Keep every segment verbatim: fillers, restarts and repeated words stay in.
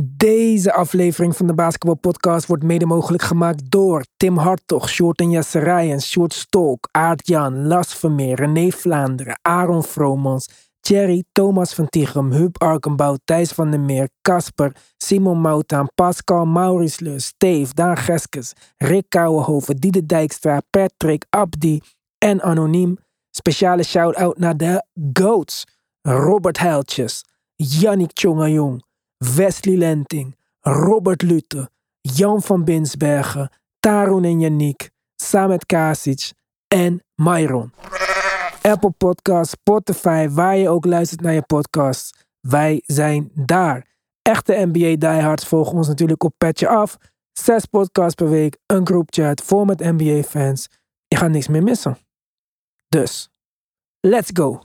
Deze aflevering van de Basketball Podcast wordt mede mogelijk gemaakt door Tim Hartog, Sjoerd en Jesse Rijens, Sjoerd Stolk, Aart-Jan, Las Vermeer, René Vlaanderen, Aaron Vromans, Thierry, Thomas van Tichem, Huub Arkenbout, Thijs van der Meer, Casper, Simon Moutaan, Pascal, Maurice Leus, Steve, Daan Geskes, Rick Kouwenhoven, Diede Dijkstra, Patrick, Abdi en Anoniem. Speciale shout-out naar de GOATs, Robert Heiltjes, Yannick Tjongajong, Wesley Lenting, Robert Luthe, Jan van Binsbergen, Tarun en Yannick, Samet Kasic en Myron. Apple Podcasts, Spotify, waar je ook luistert naar je podcasts. Wij zijn daar. Echte N B A diehards volgen ons natuurlijk op Petje Af. Zes podcasts per week, een groupchat vol met N B A fans. Je gaat niks meer missen. Dus, let's go.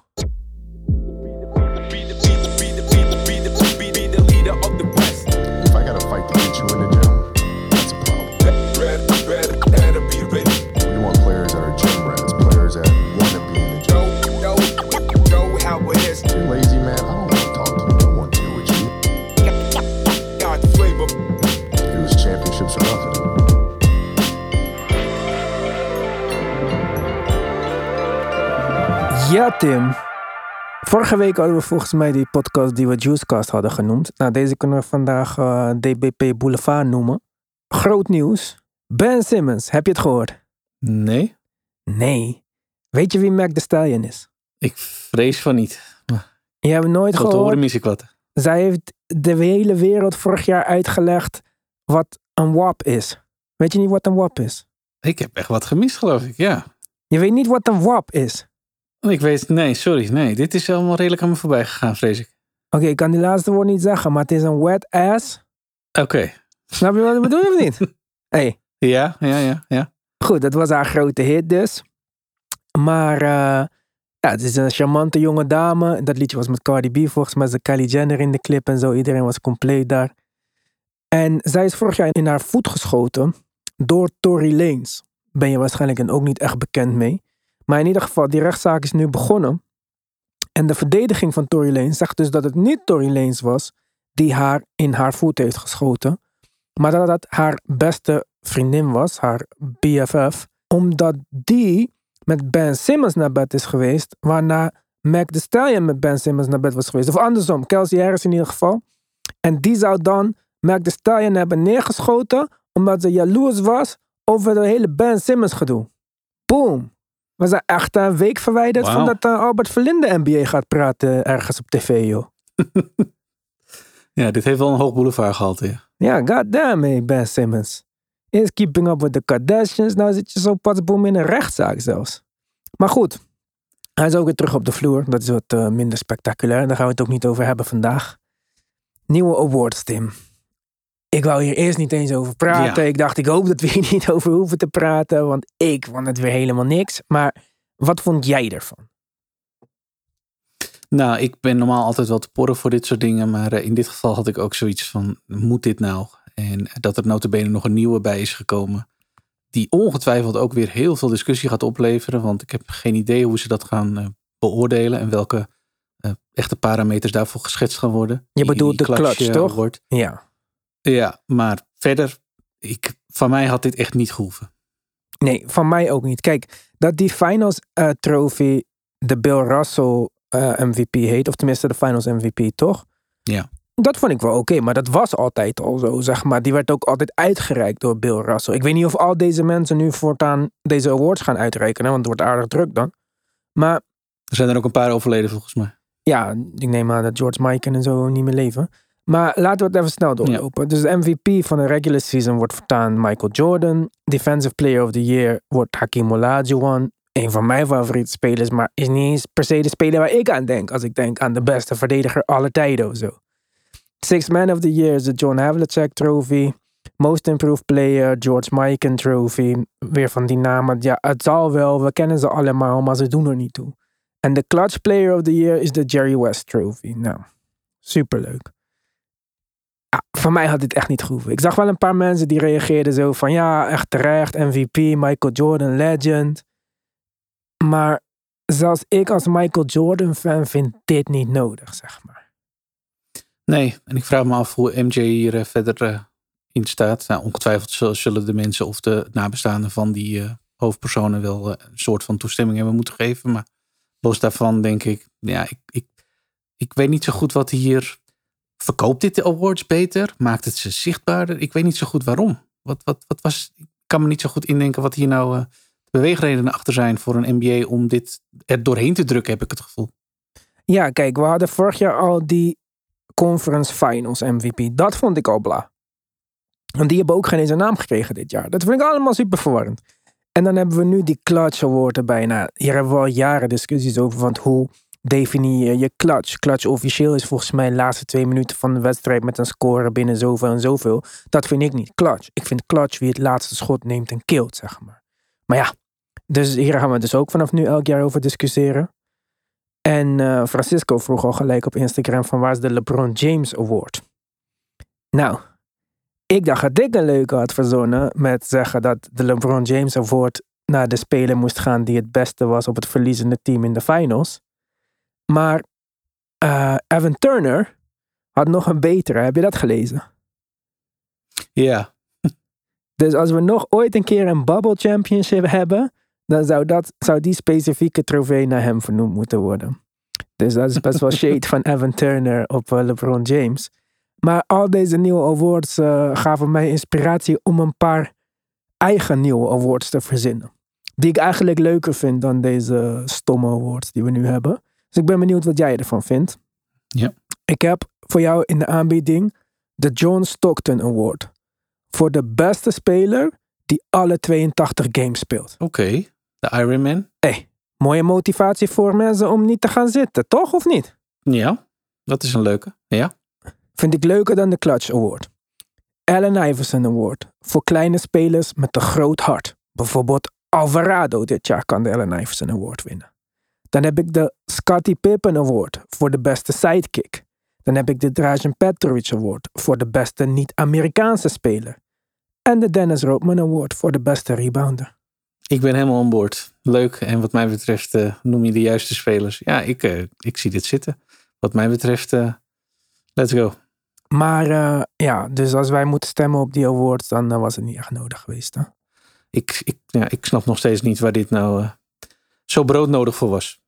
Ja, Tim. Vorige week hadden we volgens mij die podcast die we Juicecast hadden genoemd. Nou, deze kunnen we vandaag uh, D B P Boulevard noemen. Groot nieuws. Ben Simmons, heb je het gehoord? Nee. Nee. Weet je wie Mac The Stallion is? Ik vrees van niet. Je hebt nooit Tot gehoord? horen mis ik wat. Zij heeft de hele wereld vorig jaar uitgelegd wat een W A P is. Weet je niet wat een W A P is? Ik heb echt wat gemist, geloof ik, ja. Je weet niet wat een W A P is? Ik weet, nee, sorry, nee. Dit is allemaal redelijk aan me voorbij gegaan, vrees ik. Oké, okay, ik kan die laatste woord niet zeggen, maar het is een wet ass. Oké. Okay. Snap je wat ik bedoel of niet? Hey. Ja, ja, ja, ja. Goed, dat was haar grote hit dus. Maar uh, ja, het is een charmante jonge dame. Dat liedje was met Cardi B, volgens mij is Kylie Jenner in de clip en zo. Iedereen was compleet daar. En zij is vorig jaar in haar voet geschoten door Tory Lanez. Ben je waarschijnlijk en ook niet echt bekend mee. Maar in ieder geval, die rechtszaak is nu begonnen. En de verdediging van Tory Lanez zegt dus dat het niet Tory Lanez was die haar in haar voet heeft geschoten. Maar dat het haar beste vriendin was, haar B F F. Omdat die met Ben Simmons naar bed is geweest. Waarna Mac The Stallion met Ben Simmons naar bed was geweest. Of andersom, Kelsey Harris in ieder geval. En die zou dan Mac The Stallion hebben neergeschoten. Omdat ze jaloers was over het hele Ben Simmons gedoe. Boom. We zijn echt een week verwijderd wow. van dat uh, Albert Verlinde N B A gaat praten ergens op tv, joh. Ja, dit heeft wel een hoog boulevardgehalte, ja. Ja, goddamn, hey, Ben Simmons. Eerst keeping up with the Kardashians, nou zit je zo patsboom in een rechtszaak zelfs. Maar goed, hij is ook weer terug op de vloer. Dat is wat uh, minder spectaculair, daar gaan we het ook niet over hebben vandaag. Nieuwe awards, Tim. Ik wou hier eerst niet eens over praten. Ja. Ik dacht, ik hoop dat we hier niet over hoeven te praten. Want ik vond het weer helemaal niks. Maar wat vond jij ervan? Nou, ik ben normaal altijd wel te porren voor dit soort dingen. Maar in dit geval had ik ook zoiets van, moet dit nou? En dat er nota bene nog een nieuwe bij is gekomen. Die ongetwijfeld ook weer heel veel discussie gaat opleveren. Want ik heb geen idee hoe ze dat gaan uh, beoordelen. En welke uh, echte parameters daarvoor geschetst gaan worden. Je bedoelt de clutch, toch? Wordt. Ja. Ja, maar verder, ik, van mij had dit echt niet gehoeven. Nee, van mij ook niet. Kijk, dat die Finals uh, Trophy de Bill Russell uh, M V P heet, of tenminste de Finals M V P, toch? Ja. Dat vond ik wel oké, okay, maar dat was altijd al zo, zeg maar. Die werd ook altijd uitgereikt door Bill Russell. Ik weet niet of al deze mensen nu voortaan deze awards gaan uitreiken, hè, want het wordt aardig druk dan. Maar er zijn er ook een paar overleden volgens mij. Ja, ik neem aan dat George Mikan en zo niet meer leven. Maar laten we het even snel doorlopen. Ja. Dus de M V P van de regular season wordt voortaan Michael Jordan. Defensive Player of the Year wordt Hakeem Olajuwon. Een van mijn favoriete spelers, maar is niet eens per se de speler waar ik aan denk. Als ik denk aan de beste verdediger aller tijden of zo. Sixth Man of the Year is de John Havlicek Trophy. Most Improved Player, George Mikan Trophy. Weer van die namen. Ja, het zal wel, we kennen ze allemaal, maar ze doen er niet toe. En de Clutch Player of the Year is de Jerry West Trophy. Nou, superleuk. Ja, voor mij had dit echt niet gehoeven. Ik zag wel een paar mensen die reageerden zo van... ja, echt terecht, M V P, Michael Jordan, legend. Maar zelfs ik als Michael Jordan fan vind dit niet nodig, zeg maar. Nee, en ik vraag me af hoe M J hier uh, verder uh, in staat. Nou, ongetwijfeld zullen de mensen of de nabestaanden van die uh, hoofdpersonen wel uh, een soort van toestemming hebben moeten geven. Maar los daarvan denk ik, ja, ik, ik, ik weet niet zo goed wat hier... Verkoopt dit de awards beter? Maakt het ze zichtbaarder? Ik weet niet zo goed waarom. Wat, wat, wat was, ik kan me niet zo goed indenken wat hier nou uh, de beweegredenen achter zijn voor een N B A om dit er doorheen te drukken, heb ik het gevoel. Ja, kijk, we hadden vorig jaar al die Conference Finals M V P. Dat vond ik al bla. En die hebben ook geen eens een naam gekregen dit jaar. Dat vind ik allemaal super verwarrend. En dan hebben we nu die Clutch Award erbij. Nou, hier hebben we al jaren discussies over, want hoe definieer je clutch? Clutch officieel is volgens mij de laatste twee minuten van de wedstrijd met een score binnen zoveel en zoveel. Dat vind ik niet clutch. Ik vind clutch wie het laatste schot neemt en killt, zeg maar. Maar ja, dus hier gaan we dus ook vanaf nu elk jaar over discussiëren. En uh, Francisco vroeg al gelijk op Instagram van waar is de LeBron James Award? Nou, ik dacht dat ik een leuke had verzonnen met zeggen dat de LeBron James Award naar de speler moest gaan die het beste was op het verliezende team in de finals. Maar uh, Evan Turner had nog een betere. Heb je dat gelezen? Ja. Yeah. Dus als we nog ooit een keer een bubble championship hebben, dan zou, dat, zou die specifieke trofee naar hem vernoemd moeten worden. Dus dat is best wel shade van Evan Turner op uh, LeBron James. Maar al deze nieuwe awards uh, gaven mij inspiratie om een paar eigen nieuwe awards te verzinnen. Die ik eigenlijk leuker vind dan deze stomme awards die we nu hebben. Dus ik ben benieuwd wat jij ervan vindt. Ja. Ik heb voor jou in de aanbieding de John Stockton Award. Voor de beste speler die alle tweeëntachtig games speelt. Oké, okay. De Ironman. Hey, mooie motivatie voor mensen om niet te gaan zitten, toch of niet? Ja, dat is een leuke. Ja. Vind ik leuker dan de Clutch Award. Allen Iverson Award. Voor kleine spelers met een groot hart. Bijvoorbeeld Alvarado dit jaar kan de Allen Iverson Award winnen. Dan heb ik de Scottie Pippen Award voor de beste sidekick. Dan heb ik de Dražen Petrovic Award voor de beste niet-Amerikaanse speler. En de Dennis Rodman Award voor de beste rebounder. Ik ben helemaal aan boord. Leuk. En wat mij betreft uh, noem je de juiste spelers. Ja, ik, uh, ik zie dit zitten. Wat mij betreft, uh, let's go. Maar uh, ja, dus als wij moeten stemmen op die awards, dan uh, was het niet echt nodig geweest. Hè? Ik, ik, ja, ik snap nog steeds niet waar dit nou uh, zo broodnodig voor was.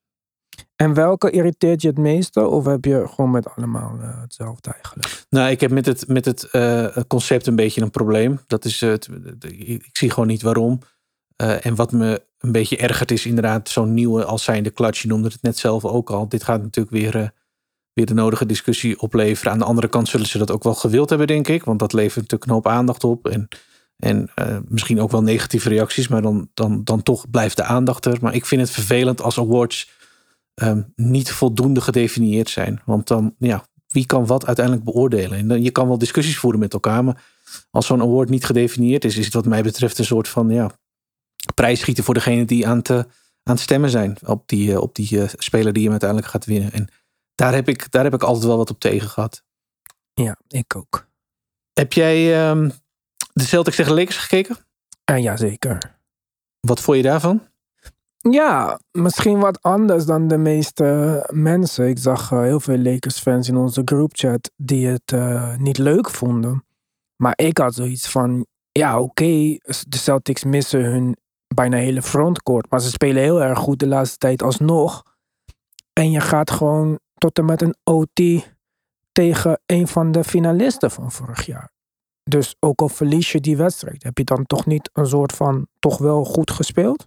En welke irriteert je het meeste? Of heb je gewoon met allemaal uh, hetzelfde eigenlijk? Nou, ik heb met het, met het uh, concept een beetje een probleem. Dat is, uh, t, ik zie gewoon niet waarom. Uh, en wat me een beetje ergert is inderdaad zo'n nieuwe als zijnde Clutch. Je noemde het net zelf ook al. Dit gaat natuurlijk weer, uh, weer de nodige discussie opleveren. Aan de andere kant zullen ze dat ook wel gewild hebben, denk ik. Want dat levert natuurlijk een hoop aandacht op. En, en uh, misschien ook wel negatieve reacties. Maar dan, dan, dan toch blijft de aandacht er. Maar ik vind het vervelend als awards um, niet voldoende gedefinieerd zijn. Want dan, ja, wie kan wat uiteindelijk beoordelen? En dan, je kan wel discussies voeren met elkaar. Maar als zo'n award niet gedefinieerd is, is het wat mij betreft een soort van, ja, prijsschieten voor degene die aan, te, aan het stemmen zijn op die, op die uh, speler die hem uiteindelijk gaat winnen. En daar heb, ik, daar heb ik altijd wel wat op tegen gehad. Ja, ik ook. Heb jij um, de Celtics tegen Lakers gekeken? Uh, ja, zeker. Wat vond je daarvan? Ja, misschien wat anders dan de meeste mensen. Ik zag uh, heel veel Lakers-fans in onze groupchat die het uh, niet leuk vonden. Maar ik had zoiets van, ja oké, okay, de Celtics missen hun bijna hele frontcourt. Maar ze spelen heel erg goed de laatste tijd alsnog. En je gaat gewoon tot en met een O T tegen een van de finalisten van vorig jaar. Dus ook al verlies je die wedstrijd, heb je dan toch niet een soort van toch wel goed gespeeld?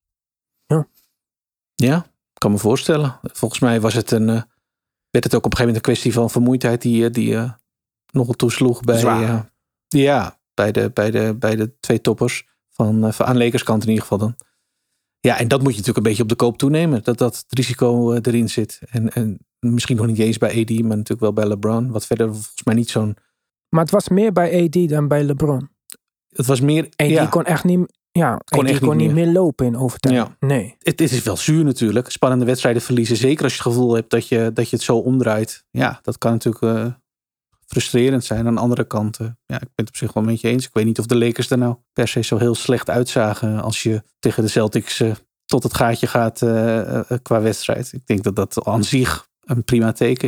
Ja. Ja, kan me voorstellen. Volgens mij was het een, uh, werd het ook op een gegeven moment een kwestie van vermoeidheid die, die uh, nogal toesloeg bij, uh, ja, bij, de, bij, de, bij de twee toppers van, uh, van aan Lakers kant in ieder geval dan. Ja, en dat moet je natuurlijk een beetje op de koop toenemen. Dat dat het risico uh, erin zit. En, en misschien nog niet eens bij A D, maar natuurlijk wel bij LeBron. Wat verder volgens mij niet zo'n... Maar het was meer bij A D dan bij LeBron. Het was meer... A D ja. kon echt niet... Ja, kon, echt kon niet, niet meer. meer lopen in overtuiging. Ja. Nee. Het, het is wel zuur natuurlijk. Spannende wedstrijden verliezen. Zeker als je het gevoel hebt dat je, dat je het zo omdraait. Ja, dat kan natuurlijk uh, frustrerend zijn. Aan de andere kant, uh, ja, ik ben het op zich wel met je eens. Ik weet niet of de Lakers er nou per se zo heel slecht uitzagen als je tegen de Celtics uh, tot het gaatje gaat uh, uh, qua wedstrijd. Ik denk dat dat aan zich een prima teken is.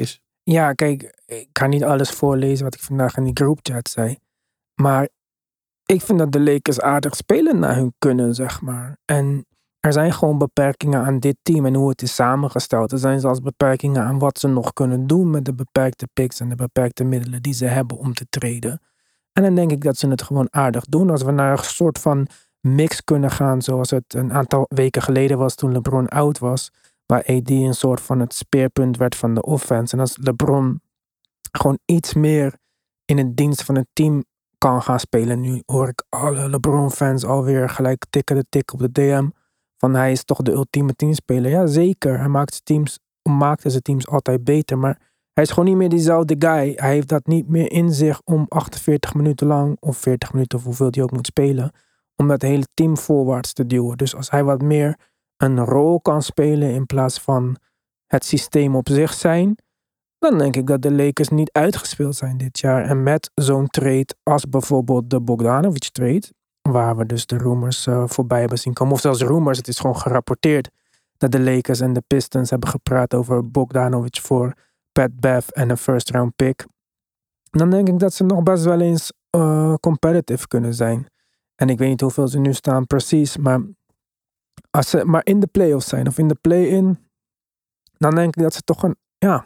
Ja, kijk, ik kan niet alles voorlezen wat ik vandaag in die groupchat zei. Maar ik vind dat de Lakers aardig spelen naar hun kunnen, zeg maar. En er zijn gewoon beperkingen aan dit team en hoe het is samengesteld. Er zijn zelfs beperkingen aan wat ze nog kunnen doen met de beperkte picks en de beperkte middelen die ze hebben om te traden. En dan denk ik dat ze het gewoon aardig doen. Als we naar een soort van mix kunnen gaan, zoals het een aantal weken geleden was toen LeBron oud was. Waar A D een soort van het speerpunt werd van de offense. En als LeBron gewoon iets meer in het dienst van het team kan gaan spelen. Nu hoor ik alle LeBron-fans alweer gelijk tikken de tik op de D M. Van hij is toch de ultieme teamspeler. Ja, zeker. Hij maakt zijn teams, maakte zijn teams altijd beter. Maar hij is gewoon niet meer diezelfde guy. Hij heeft dat niet meer in zich om achtenveertig minuten lang, of veertig minuten of hoeveel hij ook moet spelen, om dat hele team voorwaarts te duwen. Dus als hij wat meer een rol kan spelen in plaats van het systeem op zich zijn, dan denk ik dat de Lakers niet uitgespeeld zijn dit jaar. En met zo'n trade als bijvoorbeeld de Bogdanovic trade, waar we dus de rumors uh, voorbij hebben zien komen, of zelfs rumors, het is gewoon gerapporteerd dat de Lakers en de Pistons hebben gepraat over Bogdanovic voor Pat Bev en een first round pick. Dan denk ik dat ze nog best wel eens uh, competitive kunnen zijn. En ik weet niet hoeveel ze nu staan precies, maar als ze maar in de playoffs zijn of in de play-in, dan denk ik dat ze toch een, ja,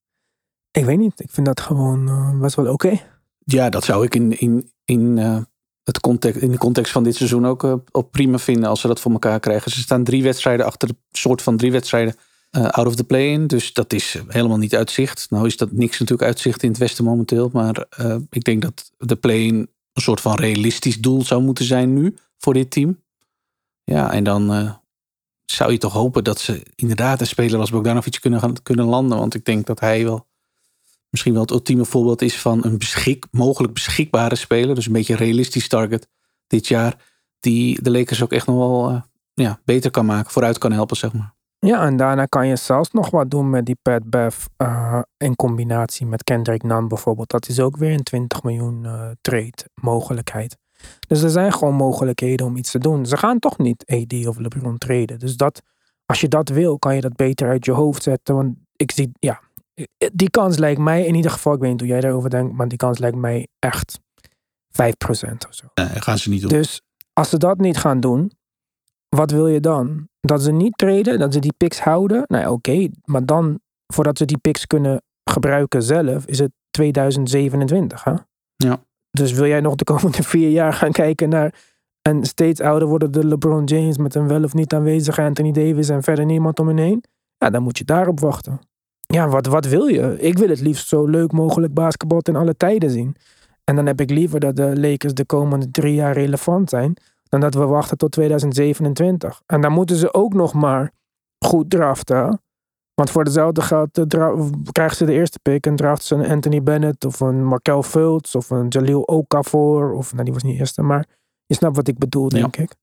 ik weet niet. Ik vind dat gewoon uh, best wel oké. Okay. Ja, dat zou ik in, in, in, uh, het context, in de context van dit seizoen ook, uh, ook prima vinden als ze dat voor elkaar krijgen. Ze staan drie wedstrijden achter de soort van drie wedstrijden uh, out of the play-in. Dus dat is helemaal niet uitzicht. Nou is dat niks natuurlijk uitzicht in het Westen momenteel. Maar uh, ik denk dat de play-in een soort van realistisch doel zou moeten zijn nu voor dit team. Ja, en dan uh, zou je toch hopen dat ze inderdaad een speler als Bogdanovic kunnen, gaan, kunnen landen. Want ik denk dat hij wel misschien wel het ultieme voorbeeld is van een beschik, mogelijk beschikbare speler. Dus een beetje een realistisch target dit jaar. Die de Lakers ook echt nog wel uh, ja, beter kan maken. Vooruit kan helpen, zeg maar. Ja, en daarna kan je zelfs nog wat doen met die Pat Bev uh, in combinatie met Kendrick Nunn bijvoorbeeld. Dat is ook weer een twintig miljoen uh, trade mogelijkheid. Dus er zijn gewoon mogelijkheden om iets te doen. Ze gaan toch niet A D of LeBron traden. Dus dat, als je dat wil, kan je dat beter uit je hoofd zetten. Want ik zie, ja, die kans lijkt mij, in ieder geval, ik weet niet hoe jij daarover denkt, maar die kans lijkt mij echt vijf procent of zo. Nee, gaan ze niet doen. Dus als ze dat niet gaan doen, wat wil je dan? Dat ze niet traden, dat ze die picks houden? Nou ja, oké, okay, maar dan, voordat ze die picks kunnen gebruiken zelf, is het tweeduizend zevenentwintig, hè? Ja. Dus wil jij nog de komende vier jaar gaan kijken naar een steeds ouder wordende LeBron James met een wel of niet aanwezige Anthony Davis en verder niemand om hen heen? Ja, dan moet je daarop wachten. Ja, wat, wat wil je? Ik wil het liefst zo leuk mogelijk basketbal ten alle tijden zien. En dan heb ik liever dat de Lakers de komende drie jaar relevant zijn, dan dat we wachten tot tweeduizend zevenentwintig. En dan moeten ze ook nog maar goed draften. Want voor dezelfde geld dra- krijgen ze de eerste pick en draften ze een Anthony Bennett of een Markelle Fultz of een Jahlil Okafor. Of, nou, die was niet eerste, maar je snapt wat ik bedoel, denk ja. ik.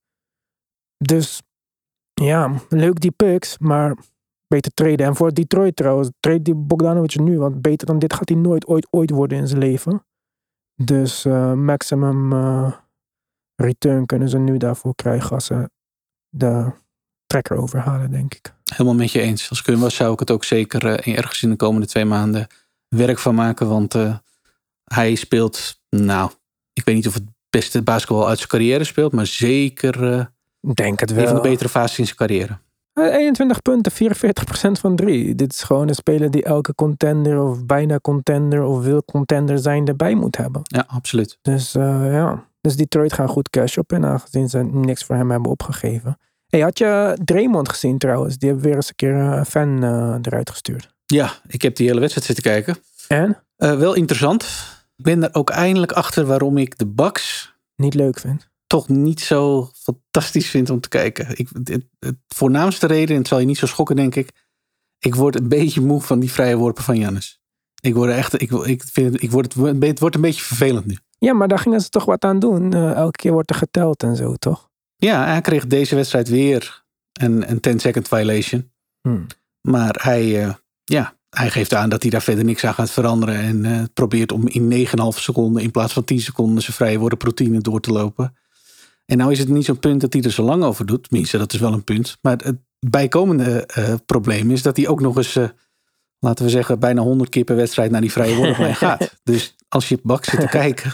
Dus ja, leuk die picks, maar beter traden. En voor Detroit trouwens, trade die Bogdanovic nu, want beter dan dit gaat hij nooit ooit ooit worden in zijn leven. Dus uh, maximum uh, return kunnen ze nu daarvoor krijgen als ze de trekker overhalen, denk ik. Helemaal met je eens. Als ik kunnen was, zou ik het ook zeker uh, ergens in de komende twee maanden werk van maken. Want uh, hij speelt, nou, ik weet niet of het beste basketbal uit zijn carrière speelt, maar zeker uh, denk het wel. Een van de betere fases in zijn carrière. eenentwintig punten, vierenveertig procent van drie. Dit is gewoon een speler die elke contender of bijna contender of wil contender zijn erbij moet hebben. Ja, absoluut. Dus uh, ja, dus Detroit gaan goed cash op en aangezien ze niks voor hem hebben opgegeven. Hey, had je Draymond gezien trouwens? Die hebben weer eens een keer een fan uh, eruit gestuurd. Ja, ik heb die hele wedstrijd zitten kijken. En? Uh, wel interessant. Ik ben er ook eindelijk achter waarom ik de Bucks niet leuk vind. Toch niet zo fantastisch vind om te kijken. Ik, het, het voornaamste reden, en het zal je niet zo schokken denk ik. Ik word een beetje moe van die vrije worpen van Giannis. Ik word er echt, ik, ik vind, ik word het, het wordt een beetje vervelend nu. Ja, maar daar gingen ze toch wat aan doen. Uh, elke keer wordt er geteld en zo, toch? Ja, hij kreeg deze wedstrijd weer een, een ten second violation. Hmm. Maar hij, uh, ja, hij geeft aan dat hij daar verder niks aan gaat veranderen. En uh, probeert om in negen komma vijf seconden in plaats van tien seconden zijn vrije worpen routine door te lopen. En nou is het niet zo'n punt dat hij er zo lang over doet. Tenminste, dat is wel een punt. Maar het bijkomende uh, probleem is dat hij ook nog eens uh, laten we zeggen, bijna honderd keer per wedstrijd naar die vrije worplijn gaat. Dus als je op Bucks zit te kijken,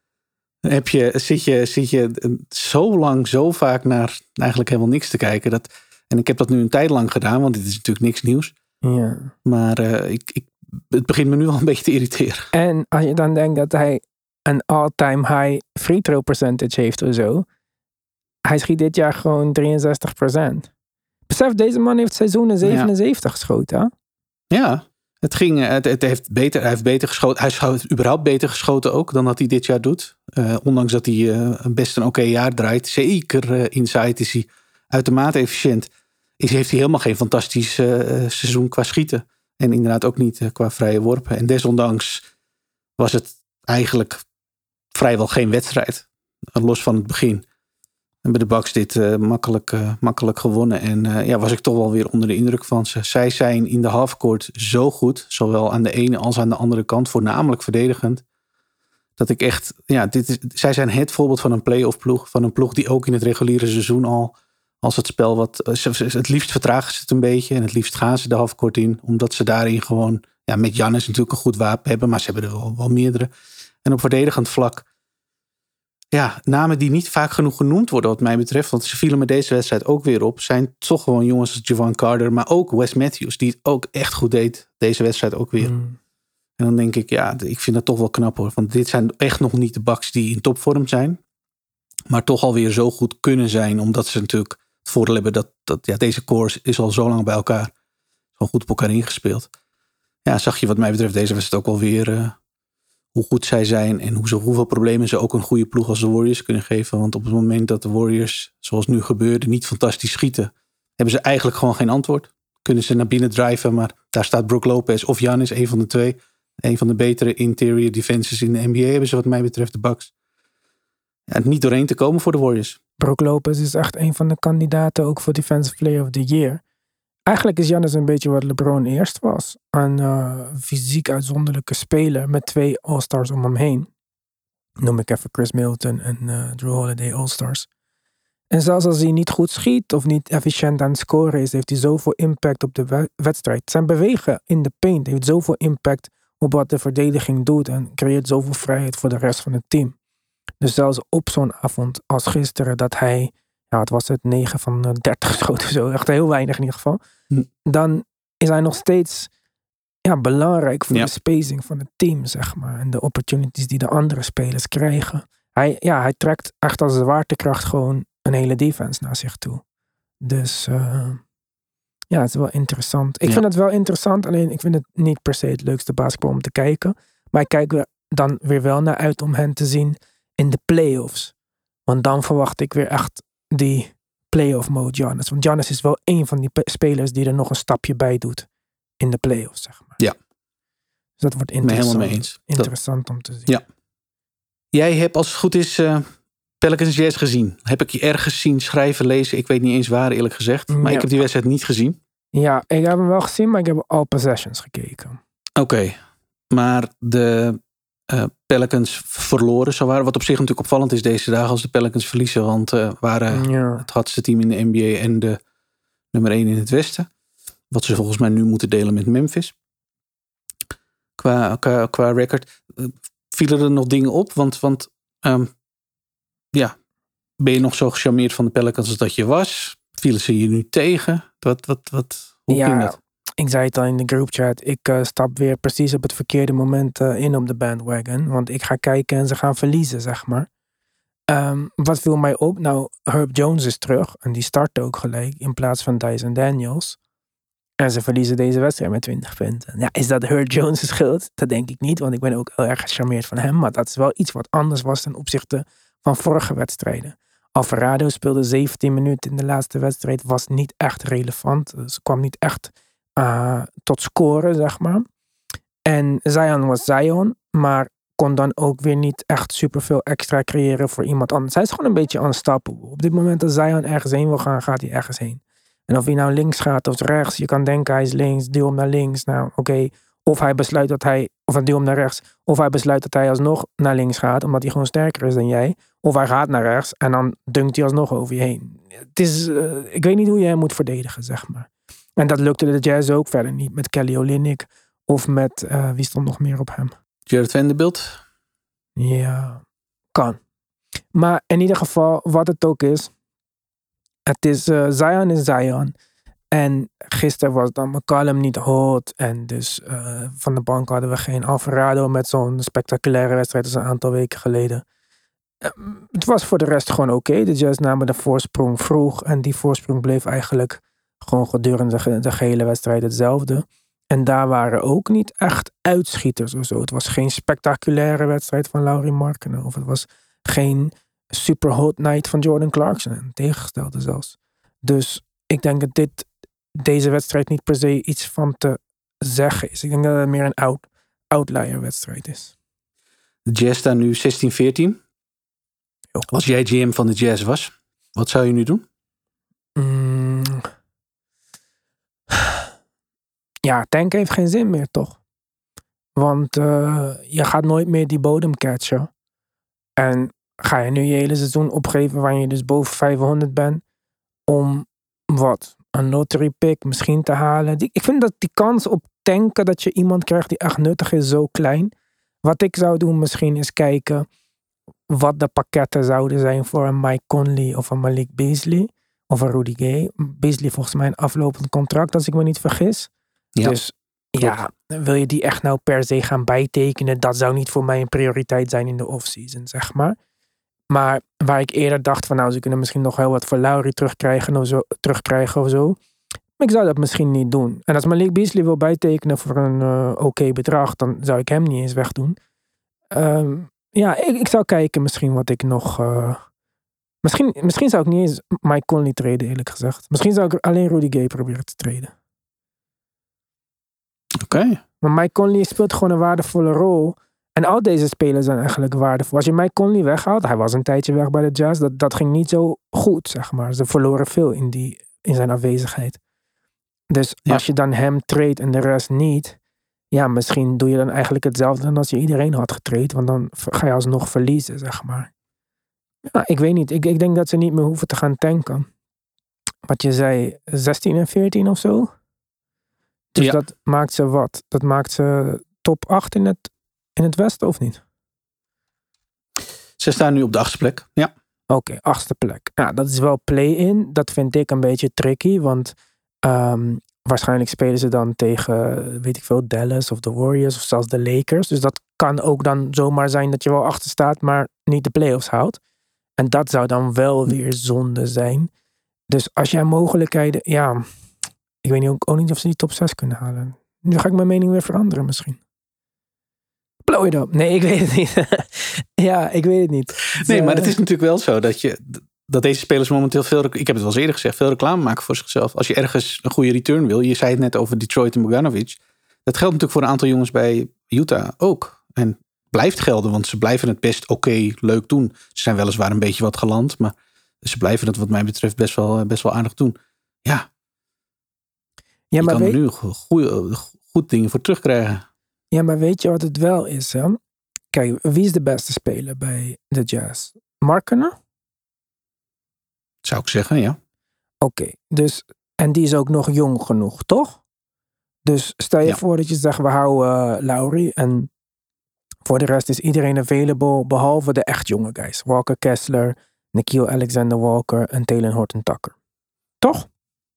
heb je, zit, je, zit je zo lang, zo vaak naar eigenlijk helemaal niks te kijken. Dat, en ik heb dat nu een tijd lang gedaan, want dit is natuurlijk niks nieuws. Ja. Maar uh, ik, ik, het begint me nu al een beetje te irriteren. En als je dan denkt dat hij een all-time high free throw percentage heeft of zo. Hij schiet dit jaar gewoon drieënzestig procent. Besef, deze man heeft seizoenen zevenenzeventig ja. geschoten. Hè? Ja, het ging, het, het heeft beter, hij heeft beter geschoten. Hij heeft überhaupt beter geschoten ook dan dat hij dit jaar doet. Uh, ondanks dat hij uh, best een oké okay jaar draait. Zeker uh, inside is hij uitermate efficiënt. Is, heeft hij helemaal geen fantastisch uh, seizoen qua schieten. En inderdaad ook niet uh, qua vrije worpen. En desondanks was het eigenlijk vrijwel geen wedstrijd. Los van het begin. En bij de Bucks dit uh, makkelijk, uh, makkelijk gewonnen. En uh, ja, was ik toch wel weer onder de indruk van ze. Zij zijn in de halfcourt zo goed. Zowel aan de ene als aan de andere kant. Voornamelijk verdedigend. Dat ik echt... Ja, dit is, zij zijn het voorbeeld van een play-off ploeg. Van een ploeg die ook in het reguliere seizoen al... Als het spel wat... Het liefst vertragen ze het een beetje. En het liefst gaan ze de halfcourt in. Omdat ze daarin gewoon... Ja, met Giannis natuurlijk een goed wapen hebben. Maar ze hebben er wel, wel meerdere. En op verdedigend vlak... Ja, namen die niet vaak genoeg genoemd worden wat mij betreft. Want ze vielen me deze wedstrijd ook weer op. Zijn toch gewoon jongens als Javon Carter. Maar ook Wes Matthews. Die het ook echt goed deed. Deze wedstrijd ook weer. Mm. En dan denk ik, ja, ik vind dat toch wel knap hoor. Want dit zijn echt nog niet de Bucks die in topvorm zijn. Maar toch alweer zo goed kunnen zijn. Omdat ze natuurlijk het voordeel hebben dat, dat ja, deze core is al zo lang bij elkaar. Zo goed op elkaar ingespeeld. Ja, zag je wat mij betreft deze wedstrijd ook alweer... Uh, hoe goed zij zijn en hoe ze, hoeveel problemen ze ook een goede ploeg als de Warriors kunnen geven. Want op het moment dat de Warriors, zoals nu gebeurde, niet fantastisch schieten, hebben ze eigenlijk gewoon geen antwoord. Kunnen ze naar binnen driven, maar daar staat Brook Lopez of Giannis, een van de twee. Een van de betere interior defenses in de N B A hebben ze wat mij betreft de Bucks. Ja, niet doorheen te komen voor de Warriors. Brook Lopez is echt een van de kandidaten ook voor Defensive Player of the Year. Eigenlijk is Giannis een beetje wat LeBron eerst was. Een uh, fysiek uitzonderlijke speler met twee All-Stars om hem heen. Noem ik even Chris Middleton en uh, Drew Holiday All-Stars. En zelfs als hij niet goed schiet of niet efficiënt aan het scoren is, heeft hij zoveel impact op de we- wedstrijd. Zijn bewegen in de paint heeft zoveel impact op wat de verdediging doet en creëert zoveel vrijheid voor de rest van het team. Dus zelfs op zo'n avond als gisteren dat hij... Ja, het was het negen van dertig geschoten of zo. Echt heel weinig in ieder geval. Hm. Dan is hij nog steeds ja, belangrijk voor ja. de spacing van het team, zeg maar. En de opportunities die de andere spelers krijgen. Hij, ja, hij trekt echt als zwaartekracht gewoon een hele defense naar zich toe. Dus uh, ja, het is wel interessant. Ik ja. vind het wel interessant, alleen ik vind het niet per se het leukste basketbal om te kijken. Maar ik kijk er dan weer wel naar uit om hen te zien in de playoffs. Want dan verwacht ik weer echt die playoff mode Giannis. Want Giannis is wel een van die pe- spelers die er nog een stapje bij doet in de playoffs, zeg maar. Ja. Dus dat wordt interessant. Helemaal mee eens. Interessant dat... om te zien. Ja. Jij hebt als het goed is uh, Pelicans Jazz gezien. Heb ik je ergens zien schrijven, lezen? Ik weet niet eens waar, eerlijk gezegd. Maar ja. ik heb die wedstrijd niet gezien. Ja, ik heb hem wel gezien, maar ik heb all possessions gekeken. Oké. Okay. Maar de uh, Pelicans verloren. Zo waren, wat op zich natuurlijk opvallend is deze dagen als de Pelicans verliezen. Want uh, waren ja. het hardste team in de N B A en de nummer één in het Westen. Wat ze volgens mij nu moeten delen met Memphis. Qua, qua, qua record. Uh, vielen er nog dingen op? Want, want um, ja, ben je nog zo gecharmeerd van de Pelicans als dat je was? Vielen ze je nu tegen? Wat, wat, wat, hoe ja, ging dat? Ik zei het al in de groupchat. Ik uh, stap weer precies op het verkeerde moment uh, in op de bandwagon. Want ik ga kijken en ze gaan verliezen, zeg maar. Um, wat viel mij op? Nou, Herb Jones is terug. En die startte ook gelijk in plaats van Dyson Daniels. En ze verliezen deze wedstrijd met twintig punten. Ja, is dat Herb Jones' schuld? Dat denk ik niet, want ik ben ook heel erg gecharmeerd van hem. Maar dat is wel iets wat anders was ten opzichte van vorige wedstrijden. Alvarado speelde zeventien minuten in de laatste wedstrijd. Was niet echt relevant. Ze kwam niet echt uh, tot scoren, zeg maar. En Zion was Zion, maar kon dan ook weer niet echt superveel extra creëren voor iemand anders. Hij is gewoon een beetje unstoppable. Op dit moment als Zion ergens heen wil gaan, gaat hij ergens heen. En of hij nou links gaat of rechts, je kan denken hij is links, duw hem naar links. Nou, oké. Okay. Of hij besluit dat hij, of een duw hem naar rechts. Of hij besluit dat hij alsnog naar links gaat, omdat hij gewoon sterker is dan jij. Of hij gaat naar rechts en dan dunkt hij alsnog over je heen. Het is, uh, ik weet niet hoe je hem moet verdedigen, zeg maar. En dat lukte de Jazz ook verder niet. Met Kelly Olynyk of met, uh, wie stond nog meer op hem? Jared Vanderbilt? Ja, kan. Maar in ieder geval, wat het ook is. Het is, uh, Zion is Zion. En gisteren was dan McCollum niet hot. En dus uh, van de bank hadden we geen Alvarado met zo'n spectaculaire wedstrijd als een aantal weken geleden. Uh, het was voor de rest gewoon oké. Okay. De Jazz namen de voorsprong vroeg. En die voorsprong bleef eigenlijk gewoon gedurende de, de gehele wedstrijd hetzelfde. En daar waren ook niet echt uitschieters of zo. Het was geen spectaculaire wedstrijd van Lauri Markkanen. Of het was geen super hot night van Jordan Clarkson. En tegengestelde zelfs. Dus ik denk dat dit, deze wedstrijd niet per se iets van te zeggen is. Ik denk dat het meer een out, outlier wedstrijd is. De Jazz staan nu zestien veertien. Als jij G M van de Jazz was, wat zou je nu doen? Mm. Ja, tanken heeft geen zin meer, toch? Want uh, je gaat nooit meer die bodem catchen. En ga je nu je hele seizoen opgeven waar je dus boven vijfhonderd bent om wat? Een lottery pick misschien te halen. Die, ik vind dat die kans op tanken dat je iemand krijgt die echt nuttig is zo klein. Wat ik zou doen misschien is kijken wat de pakketten zouden zijn voor een Mike Conley of een Malik Beasley of een Rudy Gay. Beasley volgens mij een aflopend contract als ik me niet vergis. Ja, dus klopt. Ja, wil je die echt nou per se gaan bijtekenen? Dat zou niet voor mij een prioriteit zijn in de offseason, zeg maar. Maar waar ik eerder dacht van nou, ze kunnen misschien nog heel wat voor Lauri terugkrijgen of zo. Terugkrijgen of zo. Maar ik zou dat misschien niet doen. En als Malik Beasley wil bijtekenen voor een uh, oké okay bedrag, dan zou ik hem niet eens wegdoen. Um, ja, ik, ik zou kijken misschien wat ik nog... Uh, misschien, misschien zou ik niet eens Mike Conley traden, eerlijk gezegd. Misschien zou ik alleen Rudy Gay proberen te traden. Oké. Okay. Maar Mike Conley speelt gewoon een waardevolle rol. En al deze spelers zijn eigenlijk waardevol. Als je Mike Conley weghaalt, hij was een tijdje weg bij de Jazz. Dat, dat ging niet zo goed, zeg maar. Ze verloren veel in, die, in zijn afwezigheid. Dus ja. Als je dan hem trade en de rest niet... Ja, misschien doe je dan eigenlijk hetzelfde dan als je iedereen had getraind. Want dan ga je alsnog verliezen, zeg maar. Ja, ik weet niet. Ik, ik denk dat ze niet meer hoeven te gaan tanken. Wat je zei, zestien en veertien of zo? Dus ja. Dat maakt ze wat? Dat maakt ze top acht in het, in het westen, of niet? Ze staan nu op de achtste plek, ja. Oké, okay, achtste plek. Ja, dat is wel play-in. Dat vind ik een beetje tricky, want... Um, waarschijnlijk spelen ze dan tegen, weet ik veel, Dallas of de Warriors of zelfs de Lakers. Dus dat kan ook dan zomaar zijn dat je wel achter staat, maar niet de playoffs houdt. En dat zou dan wel weer zonde zijn. Dus als jij mogelijkheden, ja, ik weet niet, ook, ook niet of ze die top zes kunnen halen. Nu ga ik mijn mening weer veranderen misschien. Blow it up. Nee, ik weet het niet. ja, ik weet het niet. Nee, uh, maar het is natuurlijk wel zo dat je... dat deze spelers momenteel veel, ik heb het wel eens eerder gezegd, veel reclame maken voor zichzelf. Als je ergens een goede return wil, je zei het net over Detroit en Bogdanovic. Dat geldt natuurlijk voor een aantal jongens bij Utah ook. En blijft gelden, want ze blijven het best oké, okay, leuk doen. Ze zijn weliswaar een beetje wat geland, maar ze blijven het wat mij betreft best wel, best wel aardig doen. Ja, ja maar je kan weet, er nu goede, goed dingen voor terugkrijgen. Ja, maar weet je wat het wel is? Hè? Kijk, wie is de beste speler bij de Jazz? Markkanen? Zou ik zeggen, ja. Oké, okay, dus en die is ook nog jong genoeg, toch? Dus stel je ja. voor dat je zegt, we houden uh, Lauri en voor de rest is iedereen available, behalve de echt jonge guys. Walker Kessler, Nickeil Alexander-Walker en Talen Horton-Tucker. Toch?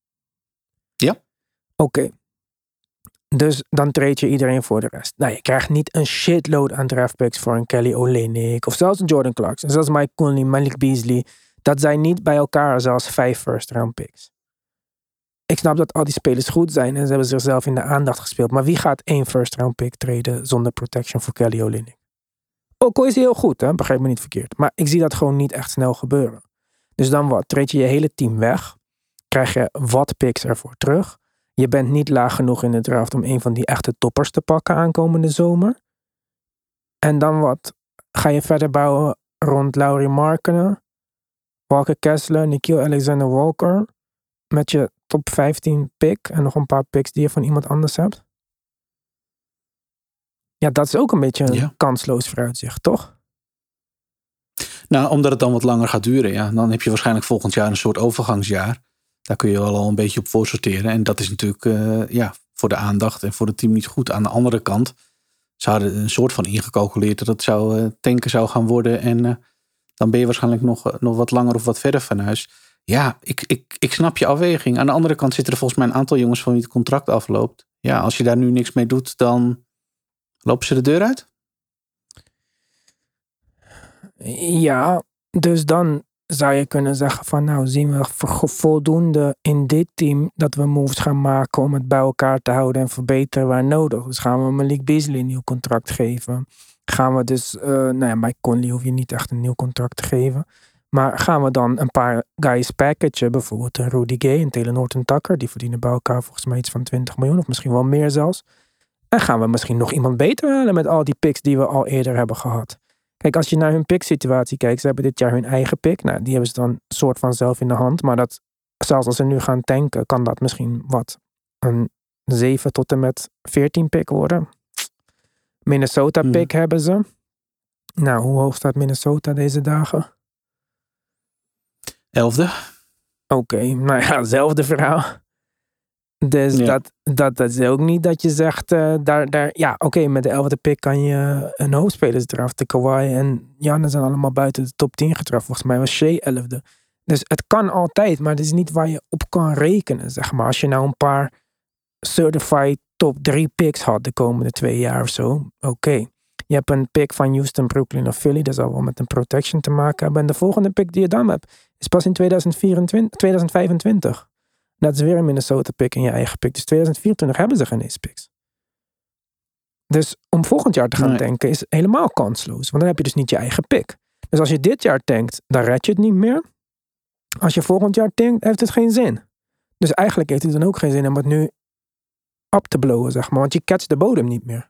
Ja. Oké. Okay. Dus dan treed je iedereen voor de rest. Nou, je krijgt niet een shitload aan draftpicks voor een Kelly Olynyk of zelfs een Jordan Clarkson, zelfs Mike Conley, Malik Beasley. Dat zijn niet bij elkaar zelfs vijf first round picks. Ik snap dat al die spelers goed zijn en ze hebben zichzelf in de aandacht gespeeld. Maar wie gaat één first round pick treden zonder protection voor Kelly Olynyk? Ook al is hij heel goed, hè? Begrijp me niet verkeerd. Maar ik zie dat gewoon niet echt snel gebeuren. Dus dan wat? Treed je je hele team weg? Krijg je wat picks ervoor terug? Je bent niet laag genoeg in de draft om een van die echte toppers te pakken aankomende zomer. En dan wat? Ga je verder bouwen rond Lauri Markkanen, Walker Kessler, Nickeil Alexander-Walker met je top vijftien pick en nog een paar picks die je van iemand anders hebt? Ja, dat is ook een beetje een ja. kansloos vooruitzicht, toch? Nou, omdat het dan wat langer gaat duren, ja. Dan heb je waarschijnlijk volgend jaar een soort overgangsjaar. Daar kun je wel al een beetje op voorsorteren. En dat is natuurlijk uh, ja, voor de aandacht en voor het team niet goed. Aan de andere kant, ze hadden een soort van ingecalculeerd dat het zou uh, tanken zou gaan worden. En uh, dan ben je waarschijnlijk nog, uh, nog wat langer of wat verder van huis. Ja, ik, ik, ik snap je afweging. Aan de andere kant zitten er volgens mij een aantal jongens van wie het contract afloopt. Ja, als je daar nu niks mee doet, dan lopen ze de deur uit? Ja, dus dan zou je kunnen zeggen van nou zien we voldoende in dit team dat we moves gaan maken om het bij elkaar te houden en verbeteren waar nodig. Dus gaan we Malik Beasley een nieuw contract geven. Gaan we dus, uh, nou ja, Mike Conley hoef je niet echt een nieuw contract te geven. Maar gaan we dan een paar guys packagen, bijvoorbeeld een Rudy Gay en Taylor Norton Tucker, die verdienen bij elkaar volgens mij iets van twintig miljoen of misschien wel meer zelfs. En gaan we misschien nog iemand beter halen met al die picks die we al eerder hebben gehad. Kijk, als je naar hun pick-situatie kijkt, ze hebben dit jaar hun eigen pick. Nou, die hebben ze dan soort van zelf in de hand. Maar dat, zelfs als ze nu gaan tanken, kan dat misschien wat een zeven tot en met veertien pick worden. Minnesota pick hmm. hebben ze. Nou, hoe hoog staat Minnesota deze dagen? Elfde. Oké, okay, nou ja, zelfde verhaal. Dus ja. dat, dat, dat is ook niet dat je zegt, uh, daar, daar, ja oké, okay, met de elfde pick kan je een hoop spelers draften. Kawhi en Giannis zijn allemaal buiten de top tien getraft. Volgens mij was Shea elfde. Dus het kan altijd, maar het is niet waar je op kan rekenen, zeg maar. Als je nou een paar certified top drie picks had de komende twee jaar of zo, oké. Okay. Je hebt een pick van Houston, Brooklyn of Philly, dat zal wel met een protection te maken hebben. En de volgende pick die je dan hebt, is pas in tweeduizend vierentwintig, tweeduizend vijfentwintig. Dat is weer een Minnesota pick en je eigen pick. Dus tweeduizend vierentwintig hebben ze geen eens picks. Dus om volgend jaar te gaan nee. tanken is helemaal kansloos. Want dan heb je dus niet je eigen pick. Dus als je dit jaar tankt, dan red je het niet meer. Als je volgend jaar tankt, heeft het geen zin. Dus eigenlijk heeft het dan ook geen zin om het nu op te blowen, zeg maar. Want je catcht de bodem niet meer.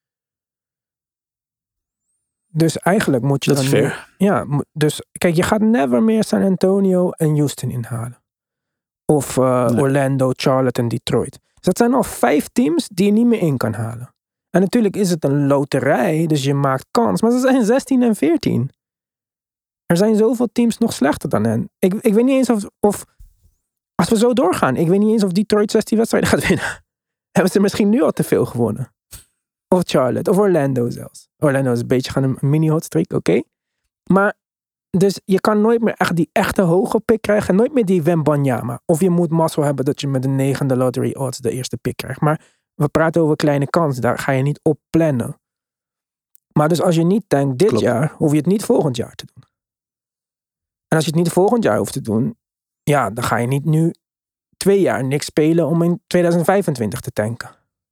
Dus eigenlijk moet je dat dan... Dat is fair. Nu, ja, dus kijk, je gaat never meer San Antonio en Houston inhalen. Of uh, nee. Orlando, Charlotte en Detroit. Dus dat zijn al vijf teams die je niet meer in kan halen. En natuurlijk is het een loterij, dus je maakt kans. Maar ze zijn zestien en veertien. Er zijn zoveel teams nog slechter dan hen. Ik, ik weet niet eens of, of... Als we zo doorgaan, ik weet niet eens of Detroit zestien wedstrijden gaat winnen. Hebben ze misschien nu al te veel gewonnen. Of Charlotte, of Orlando zelfs. Orlando is een beetje gaan een mini-hotstreak, oké. Okay. Maar... Dus je kan nooit meer echt die echte hoge pick krijgen. En nooit meer die Wembanyama. Of je moet mazzel hebben dat je met de negende lottery odds de eerste pick krijgt. Maar we praten over kleine kans. Daar ga je niet op plannen. Maar dus als je niet tankt dit Klopt. jaar, hoef je het niet volgend jaar te doen. En als je het niet volgend jaar hoeft te doen, ja, dan ga je niet nu twee jaar niks spelen om in tweeduizend vijfentwintig te tanken.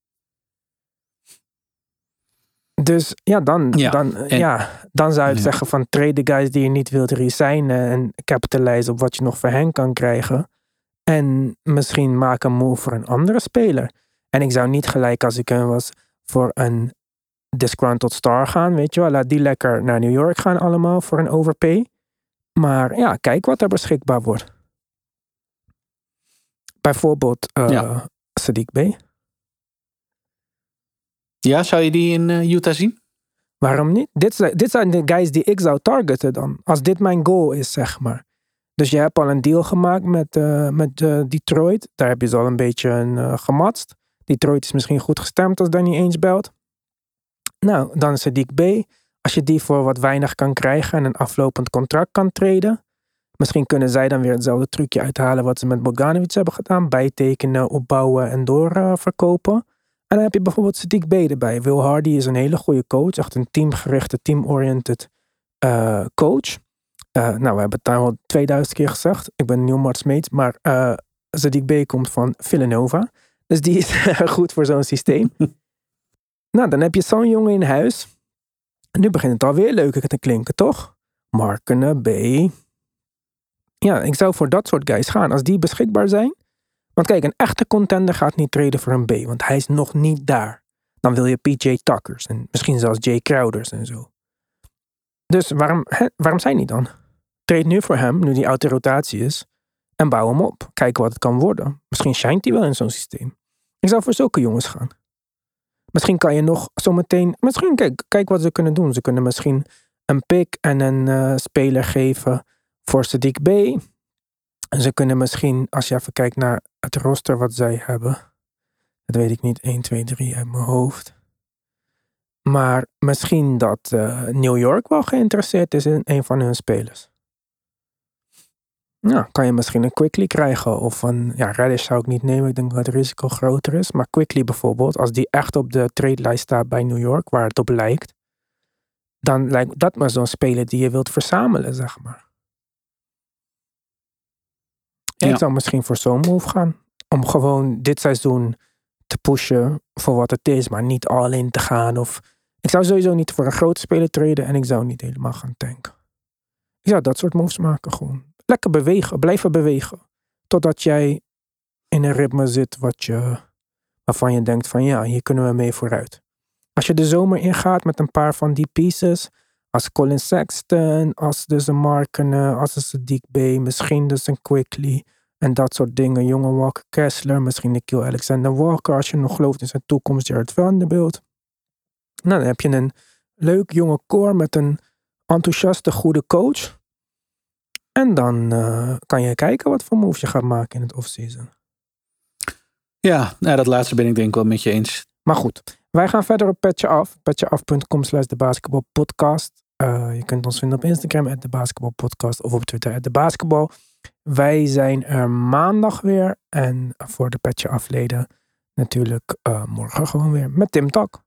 Dus ja, dan, ja. Dan, en, ja, dan zou je ja. zeggen van trade de guys die je niet wilt resignen en capitalize op wat je nog voor hen kan krijgen. En misschien maken een move voor een andere speler. En ik zou niet gelijk als ik hem was voor een disgruntled star gaan, weet je wel. Laat die lekker naar New York gaan allemaal voor een overpay. Maar ja, kijk wat er beschikbaar wordt. Bijvoorbeeld uh, ja. Sadiq Bey. Ja, zou je die in uh, Utah zien? Waarom niet? Dit, dit zijn de guys die ik zou targeten dan. Als dit mijn goal is, zeg maar. Dus je hebt al een deal gemaakt met, uh, met uh, Detroit. Daar heb je ze al een beetje een, uh, gematst. Detroit is misschien goed gestemd als Danny Ainge belt. Nou, dan Sadiq Bey. Als je die voor wat weinig kan krijgen en een aflopend contract kan treden. Misschien kunnen zij dan weer hetzelfde trucje uithalen wat ze met Bogdanovic hebben gedaan. Bijtekenen, opbouwen en doorverkopen. Uh, En dan heb je bijvoorbeeld Sadiq Bey erbij. Will Hardy is een hele goede coach. Echt een teamgerichte, team-oriented uh, coach. Uh, nou, we hebben het daar al tweeduizend keer gezegd. Ik ben Neil Martsmeet. Maar uh, Sadiq Bey komt van Villanova. Dus die is goed voor zo'n systeem. Nou, dan heb je zo'n jongen in huis. En nu begint het alweer leuker te klinken, toch? Markkanen, Bey. Ja, ik zou voor dat soort guys gaan. Als die beschikbaar zijn. Want kijk, een echte contender gaat niet traden voor een B. Want hij is nog niet daar. Dan wil je P J Tuckers. En misschien zelfs Jay Crowders en zo. Dus waarom, hè, waarom zijn die dan? Trade nu voor hem, nu die uit de rotatie is. En bouw hem op. Kijken wat het kan worden. Misschien shined hij wel in zo'n systeem. Ik zou voor zulke jongens gaan. Misschien kan je nog zometeen... Misschien, kijk, kijk wat ze kunnen doen. Ze kunnen misschien een pick en een uh, speler geven voor Sadiq Bey. En ze kunnen misschien, als je even kijkt naar het roster wat zij hebben. Dat weet ik niet, één, twee, drie uit mijn hoofd. Maar misschien dat uh, New York wel geïnteresseerd is in een van hun spelers. Ja, kan je misschien een Quickley krijgen. Of een, ja, Reddish zou ik niet nemen. Ik denk dat het risico groter is. Maar Quickley bijvoorbeeld, als die echt op de trade-lijst staat bij New York, waar het op lijkt. Dan lijkt dat maar zo'n speler die je wilt verzamelen, zeg maar. Ja. Ik zou misschien voor zo'n move gaan. Om gewoon dit seizoen te pushen voor wat het is. Maar niet all in te gaan. Of ik zou sowieso niet voor een grote speler traden. En ik zou niet helemaal gaan tanken. Ik zou dat soort moves maken gewoon. Lekker bewegen. Blijven bewegen. Totdat jij in een ritme zit wat je, waarvan je denkt van ja, hier kunnen we mee vooruit. Als je de zomer ingaat met een paar van die pieces. Als Colin Sexton. Als dus een Markkanen. Als een Sadiq Bey. Misschien dus een Quickley. En dat soort dingen. Jonge Walker Kessler. Misschien Nickeil Alexander Walker. Als je nog gelooft in zijn toekomst. Jared Vanderbilt. Nou, dan heb je een leuk jonge core met een enthousiaste goede coach. En dan uh, kan je kijken wat voor moves je gaat maken in het offseason. Ja, nou, dat laatste ben ik denk ik wel met je eens. Maar goed, wij gaan verder op Petje Af. petjeaf.com slash de basketbalpodcast. Uh, je kunt ons vinden op Instagram at de basketbalpodcast of op Twitter at de basketbal. Wij zijn er maandag weer. En voor de Petje Afleden natuurlijk uh, morgen gewoon weer met Tim Talk.